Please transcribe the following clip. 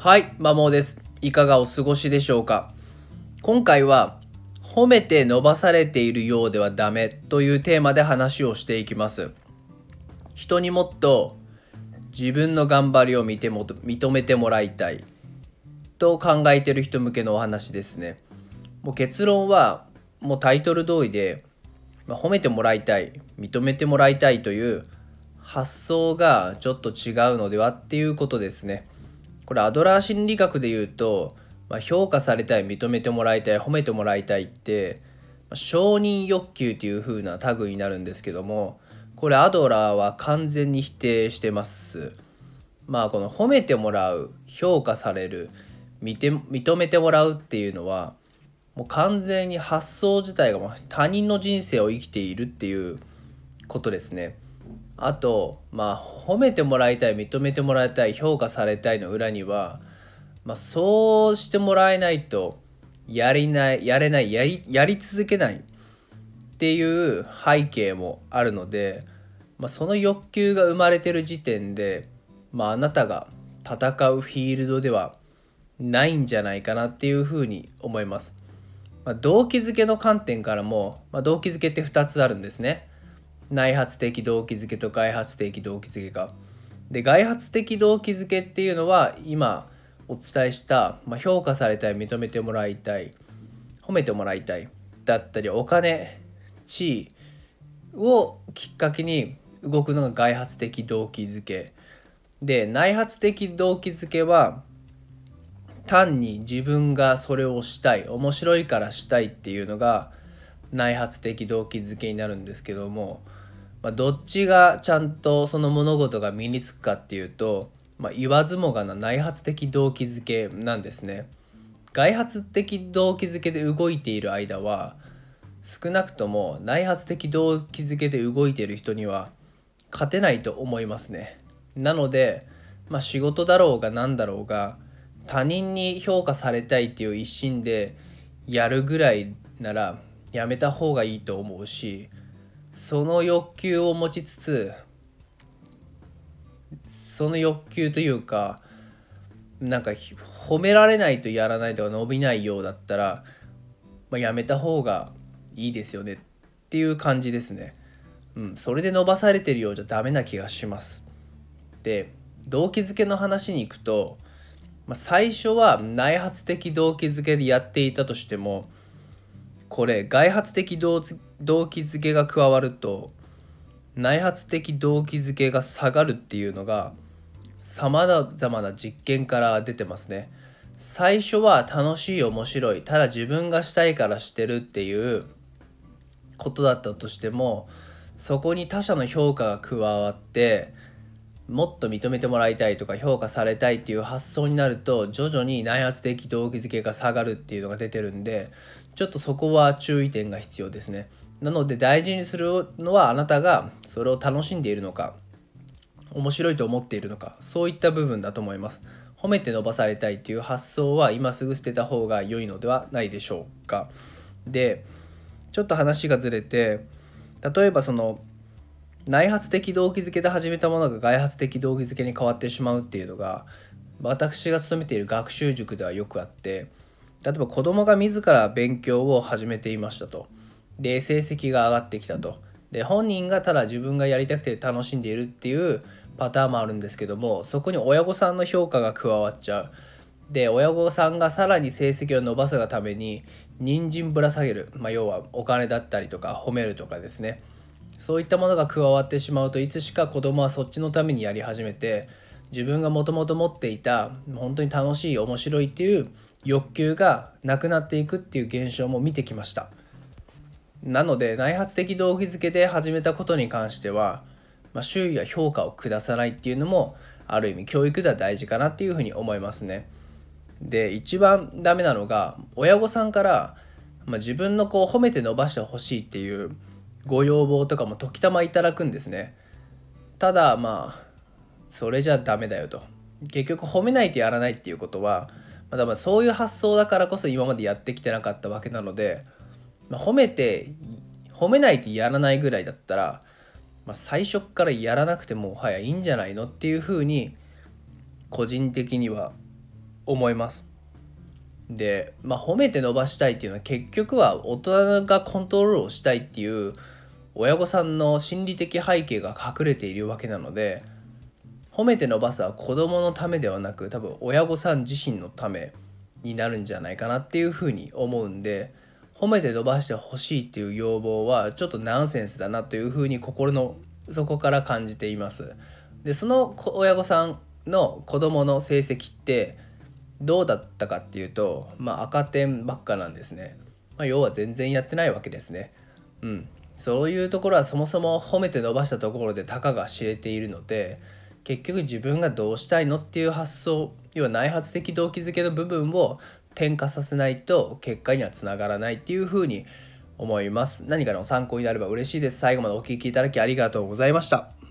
はい、マモです。いかがお過ごしでしょうか。今回は褒めて伸ばされているようではダメというテーマで話をしていきます。人にもっと自分の頑張りを認めてもらいたいと考えている人向けのお話ですね。もう結論はもうタイトル通りで、褒めてもらいたい、認めてもらいたいという発想がちょっと違うのではっていうことですね。これアドラー心理学で言うと、評価されたい、認めてもらいたい、褒めてもらいたいって、承認欲求っていう風な類になるんですけども、これアドラーは完全に否定してます。この褒めてもらう、評価される、認めてもらうっていうのは、もう完全に発想自体が他人の人生を生きているっていうことですね。あと、褒めてもらいたい、認めてもらいたい、評価されたいの裏には、そうしてもらえないとやれない、やり続けないっていう背景もあるので、その欲求が生まれてる時点で、あなたが戦うフィールドではないんじゃないかなっていうふうに思います。動機づけの観点からも、動機づけって2つあるんですね。内発的動機づけと外発的動機づけが。で、外発的動機づけっていうのは今お伝えした、評価されたい、認めてもらいたい、褒めてもらいたいだったり、お金、地位をきっかけに動くのが外発的動機づけで、内発的動機づけは単に自分がそれをしたい、面白いからしたいっていうのが内発的動機づけになるんですけども、どっちがちゃんとその物事が身につくかっていうと、言わずもがな内発的動機づけなんですね。外発的動機づけで動いている間は、少なくとも内発的動機づけで動いている人には勝てないと思いますね。なので、仕事だろうが何だろうが、他人に評価されたいっていう一心でやるぐらいならやめた方がいいと思うし、その欲求を持ちつつ、その欲求というか、褒められないとやらないとか伸びないようだったら、やめた方がいいですよねっていう感じですね。それで伸ばされてるようじゃダメな気がします。で、動機づけの話に行くと、最初は内発的動機づけでやっていたとしても、これ外発的動機づけが加わると内発的動機づけが下がるっていうのが様々な実験から出てますね。最初は楽しい、面白い、ただ自分がしたいからしてるっていうことだったとしても、そこに他者の評価が加わってもっと認めてもらいたいとか評価されたいっていう発想になると、徐々に内発的動機づけが下がるっていうのが出てるんで、ちょっとそこは注意点が必要ですね。なので大事にするのは、あなたがそれを楽しんでいるのか、面白いと思っているのか、そういった部分だと思います。褒めて伸ばされたいっていう発想は今すぐ捨てた方が良いのではないでしょうか。で、ちょっと話がずれて、例えばその内発的動機づけで始めたものが外発的動機づけに変わってしまうっていうのが、私が勤めている学習塾ではよくあって、例えば子供が自ら勉強を始めていましたと。で、成績が上がってきたと。で、本人がただ自分がやりたくて楽しんでいるっていうパターンもあるんですけども、そこに親御さんの評価が加わっちゃう。で、親御さんがさらに成績を伸ばすがために人参ぶら下げる、要はお金だったりとか褒めるとかですね、そういったものが加わってしまうと、いつしか子供はそっちのためにやり始めて、自分がもともと持っていた本当に楽しい、面白いっていう欲求がなくなっていくっていう現象も見てきました。なので内発的動機づけで始めたことに関しては、周囲は評価を下さないっていうのもある意味教育では大事かなっていうふうに思いますね。で、一番ダメなのが親御さんから、自分の子を褒めて伸ばしてほしいっていうご要望とかも時たまいただくんですね。ただそれじゃダメだよと。結局褒めないとやらないっていうことは、だからそういう発想だからこそ今までやってきてなかったわけなので、褒めないとやらないぐらいだったら、最初からやらなくてもはやいいんじゃないのっていうふうに個人的には思います。で、褒めて伸ばしたいっていうのは結局は大人がコントロールをしたいっていう親御さんの心理的背景が隠れているわけなので、褒めて伸ばすは子供のためではなく多分親御さん自身のためになるんじゃないかなっていうふうに思うんで、褒めて伸ばしてほしいっていう要望はちょっとナンセンスだなというふうに心の底から感じています。でその親御さんの子供の成績ってどうだったかっていうと、赤点ばっかなんですね。要は全然やってないわけですね。そういうところはそもそも褒めて伸ばしたところでたかが知れているので、結局自分がどうしたいのっていう発想、要は内発的動機づけの部分を転化させないと結果にはつながらないっていうふうに思います。何かの参考になれば嬉しいです。最後までお聞きいただきありがとうございました。